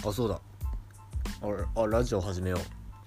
あ、そうだ。ラジオ始めよう。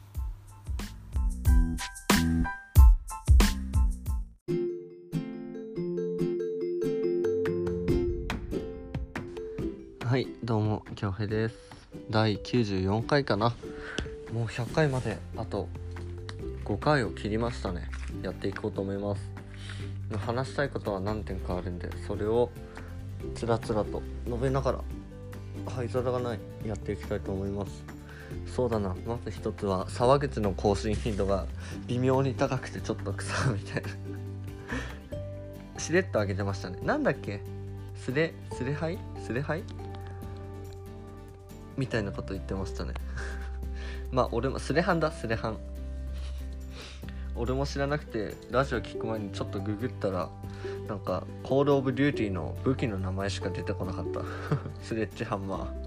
はい、どうも京平です。第94回かな。もう100回まであと5回を切りましたね。やっていこうと思います。話したいことは何点かあるんで、それをつらつらと述べながら灰皿がないやっていきたいと思います。そうだな、まず一つは沢口の更新頻度が微妙に高くてちょっと草みたいなしれっと上げてましたね。なんだっけ、スレハイみたいなこと言ってましたねまあ俺もスレハン俺も知らなくて、ラジオ聞く前にちょっとググったら、なんかコールオブデューティーの武器の名前しか出てこなかったスレッジハンマー、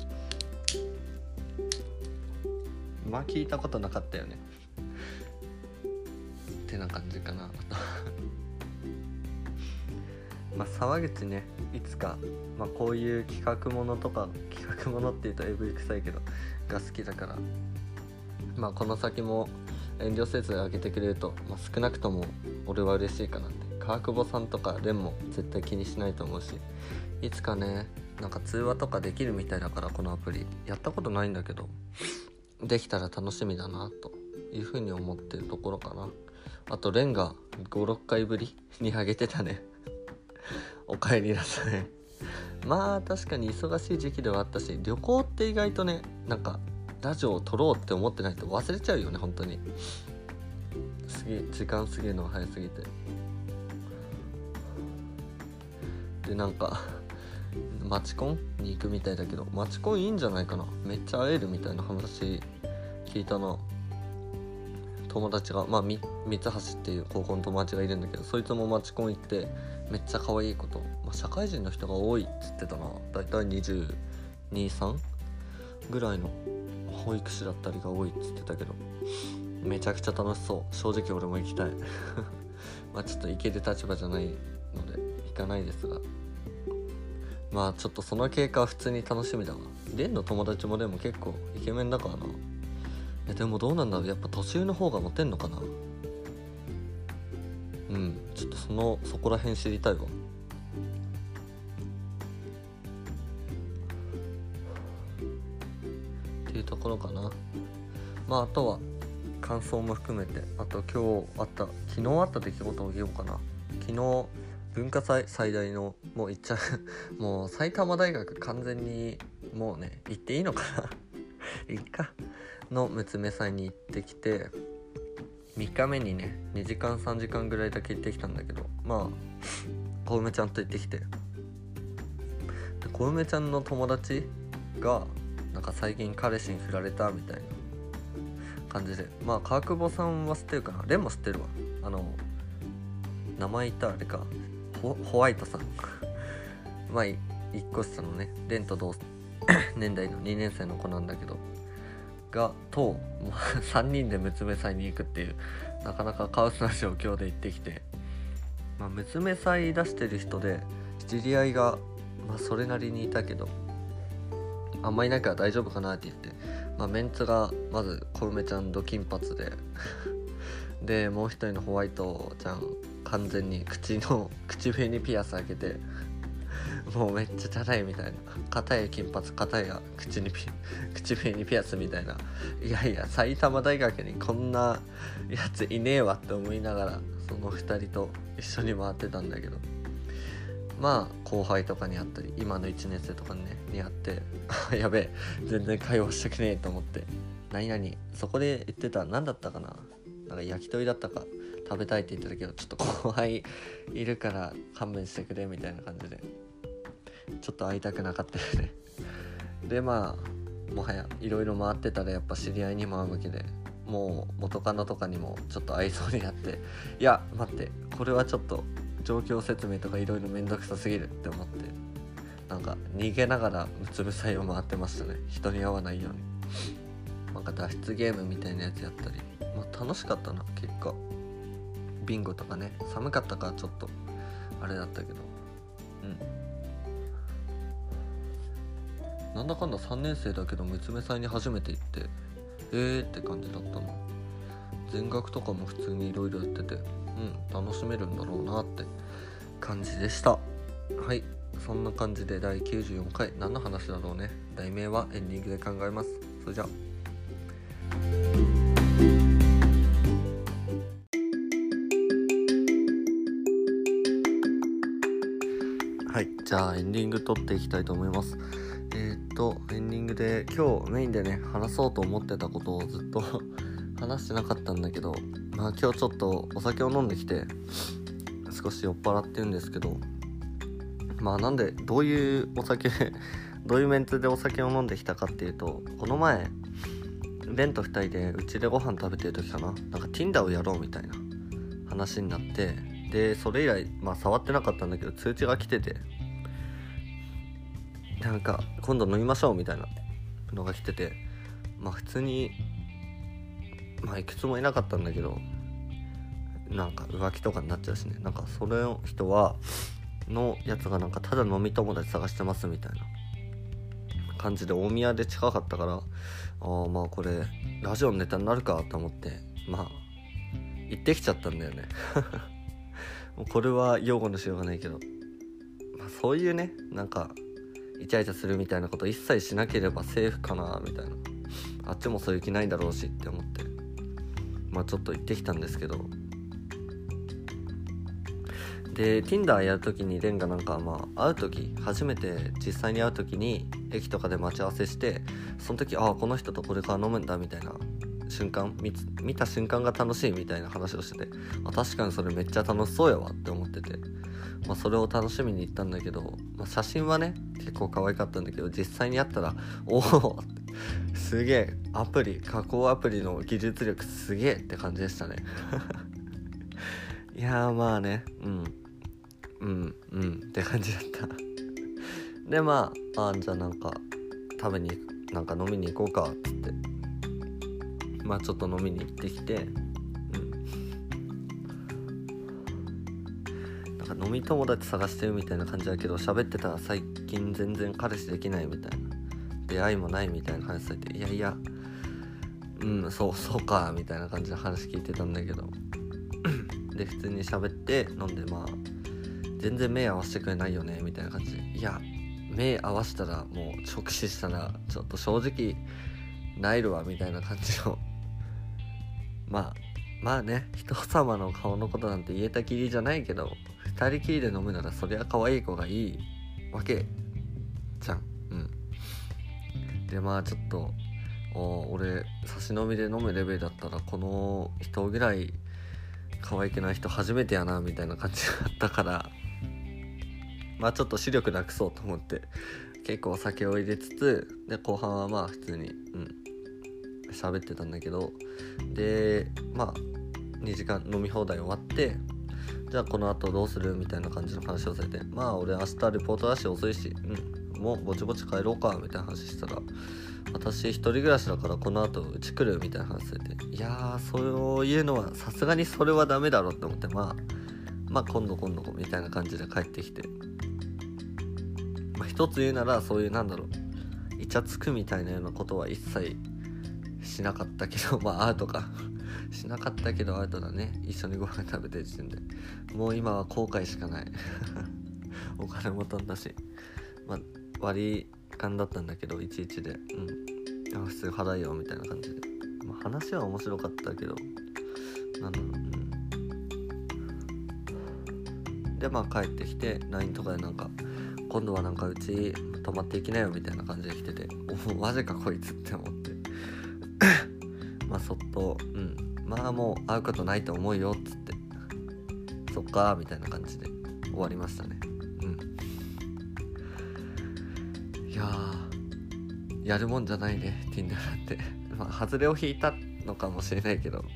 まあ聞いたことなかったよねってな感じかなまあ沢口ね、いつか、まあ、こういう企画ものって言うと AV 臭いけどが好きだから、まあこの先も遠慮せず上げてくれると、まあ、少なくとも俺は嬉しいかなって。川久保さんとかレンも絶対気にしないと思うし、いつかね、なんか通話とかできるみたいだから、このアプリやったことないんだけど、できたら楽しみだなというふうに思ってるところかな。あとレンが 5,6 回ぶりに上げてたねお帰りなさいまあ確かに忙しい時期ではあったし、旅行って意外とね、なんかラジオを撮ろうって思ってないと忘れちゃうよね、本当に。時間過ぎるのが早すぎて。でなんかマチコンに行くみたいだけど、マチコンいいんじゃないかな、めっちゃ会えるみたいな話聞いたな。友達が、まあ三橋っていう高校の友達がいるんだけど、そいつもマチコン行ってめっちゃ可愛い子と、まあ、社会人の人が多いっつってたな。だいたい22、3ぐらいの保育士だったりが多いっつってたけど、めちゃくちゃ楽しそう。正直俺も行きたいまあちょっと行ける立場じゃないので行かないですが、まあちょっとその経過は普通に楽しみだわ。レンの友達もでも結構イケメンだからな。でもどうなんだろう、やっぱ年上の方がモテんのかな。ちょっとそこら辺知りたいわ。っていうところかな。まああとは感想も含めて、あと昨日あった出来事を言おうかな。昨日文化祭最大の、もう言っちゃうもう埼玉大学完全にもうね、行っていいのかないっかの娘祭に行ってきて、3日目にね2時間3時間ぐらいだけ行ってきたんだけど、まあ小梅ちゃんと行ってきて、小梅ちゃんの友達がなんか最近彼氏に振られたみたいな感じで、まあ川久保さんは知ってるかな、レンも知ってるわ。名前言ったらあれか、ホワイトさんまあ1個下のね、レンと同年代の2年生の子なんだけど3人で娘祭に行くっていう、なかなかカオスな状況で行ってきて、まあ娘祭出してる人で知り合いがまあそれなりにいたけど、あんまいないから大丈夫かなって言って、まあメンツがまず小梅ちゃんと金髪ででもう一人のホワイトちゃん完全に口笛にピアス開けてもうめっちゃチャラいみたいな、片や金髪片や口笛にピアスみたいな、いやいや埼玉大学にこんなやついねえわって思いながら、その2人と一緒に回ってたんだけど、まあ後輩とかに会ったり今の1年生とかに会ってやべえ全然会話したくねえと思って、何々そこで言ってた何だったかな、なんか焼き鳥だったか食べたいって言ってたけど、ちょっと後輩いるから勘弁してくれみたいな感じでちょっと会いたくなかったよねでまあもはやいろいろ回ってたらやっぱ知り合いにも会うわけで、もう元カノとかにもちょっと会いそうになって、いや待ってこれはちょっと状況説明とかいろいろめんどくさすぎるって思って、なんか逃げながらうつ伏せを回ってましたね。人に会わないように。なんか脱出ゲームみたいなやつやったり、まあ、楽しかったな結果。ビンゴとかね、寒かったからちょっとあれだったけど、 なんだかんだ3年生だけど娘祭に初めて行ってって感じだったの。全学とかも普通にいろいろやってて楽しめるんだろうなって感じでした。はい、そんな感じで第94回何の話だろうね。題名はエンディングで考えます。それじゃあはい、じゃあエンディング撮っていきたいと思います。エンディングで今日メインでね話そうと思ってたことをずっと話してなかったんだけど、今日ちょっとお酒を飲んできて少し酔っ払ってるんですけど、なんでどういうお酒どういうメンツでお酒を飲んできたかっていうと、この前ベンと2人でうちでご飯食べてる時かな、なんか Tinder をやろうみたいな話になって、でそれ以来触ってなかったんだけど通知が来てて、なんか今度飲みましょうみたいなのが来てて、普通にいくつもいなかったんだけど、なんか浮気とかになっちゃうしね、なんかそれの人のやつがなんかただ飲み友達探してますみたいな感じで大宮で近かったから、これラジオのネタになるかと思って行ってきちゃったんだよねもうこれは擁護のしようがないけど、そういうね、なんかイチャイチャするみたいなこと一切しなければセーフかなみたいな、あっちもそういう気ないだろうしって思って、ちょっと行ってきたんですけど、で Tinder やるときにレンがなんか会うとき、初めて実際に会うときに駅とかで待ち合わせして、その時この人とこれから飲むんだみたいな瞬間、見た瞬間が楽しいみたいな話をしてて、確かにそれめっちゃ楽しそうやわって思ってて、それを楽しみに行ったんだけど、写真はね結構可愛かったんだけど、実際に会ったらすげえ加工アプリの技術力すげえって感じでしたねいやねって感じだったでじゃあなんかなんか飲みに行こうかっつって、ちょっと飲みに行ってきて、なんか飲み友達探してるみたいな感じだけど、喋ってたら最近全然彼氏できないみたいな、出会いもないみたいな話されて、いやそうかみたいな感じで話聞いてたんだけどで普通に喋って飲んで、全然目合わせてくれないよねみたいな感じで、いや目合わせたらもう直視したらちょっと正直なえるわみたいな感じの人様の顔のことなんて言えたきりじゃないけど、二人きりで飲むならそりゃ可愛い子がいいわけじゃん。でちょっと俺差し飲みで飲むレベルだったらこの人ぐらい可愛くない人初めてやなみたいな感じだったから、ちょっと視力なくそうと思って結構お酒を入れつつ、で後半は普通に喋ってたんだけど、で2時間飲み放題終わって、じゃあこの後どうするみたいな感じの話をされて、俺明日レポートだし遅いしもうぼちぼち帰ろうかみたいな話したら、私一人暮らしだからこの後うち来るみたいな話されて、いやそういうのはさすがにそれはダメだろって思って、今度みたいな感じで帰ってきて、一つ言うならそういうイチャつくみたいなようなことは一切しなかったけど、アウトかしなかったけどアウトだね。一緒にご飯食べてる時点でもう今は後悔しかないお金も飛んだし、割り勘だったんだけど11で普通払いよみたいな感じで、話は面白かったけどで帰ってきて LINE とかで今度はうち泊まっていきなよみたいな感じで来てて、マジかこいつって思ってそっともう会うことないと思うよっつって、そっかみたいな感じで終わりましたね。いややるもんじゃないね Tinder なんて外れを引いたのかもしれないけど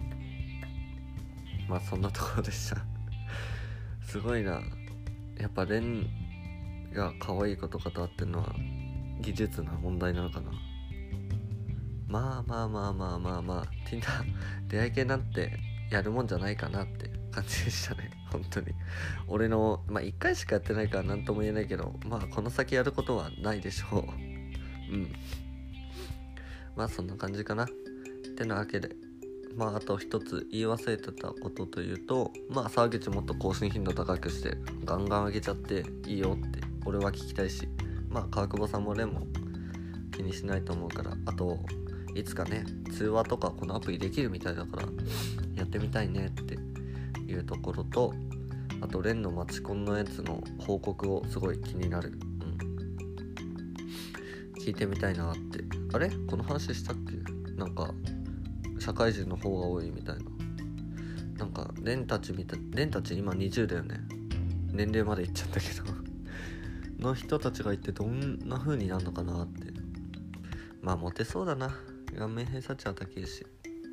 そんなところでしたすごいな、やっぱレンが可愛い子とかと会ってるのは技術な問題なのかな。Tinder 出会い系なんてやるもんじゃないかなって感じでしたね本当に。俺の1回しかやってないから何とも言えないけど、この先やることはないでしょうまあそんな感じかな。ってなわけで、まああと一つ言い忘れてたことというと、まあ沢口もっと更新頻度高くしてガンガン上げちゃっていいよって俺は聞きたいし、まあ川久保さんもレンも気にしないと思うから、あといつかね通話とかこのアプリできるみたいだからやってみたいねっていうところと、あとレンのマチコンのやつの報告をすごい気になる。聞いてみたいなって。あれこの話したっけ？なんか社会人の方が多いみたいな。なんかレンたち今20だよね。年齢までいっちゃったけどの人たちがいてどんな風になるのかなって。まあモテそうだな。顔面偏差値は高いし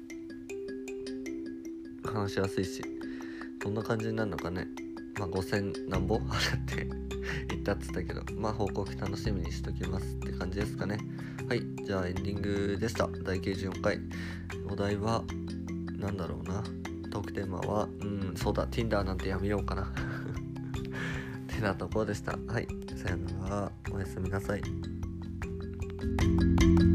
話しやすいし、どんな感じになるのかね。まあ5000何ぼ払って言ったっつったけど、まあ報告楽しみにしときますって感じですかね。はい、じゃあエンディングでした。第94回。お題はなんだろうな。トークテーマはそうだ Tinder なんてやめようかなってなところでした。はい、さよなら、おやすみなさい。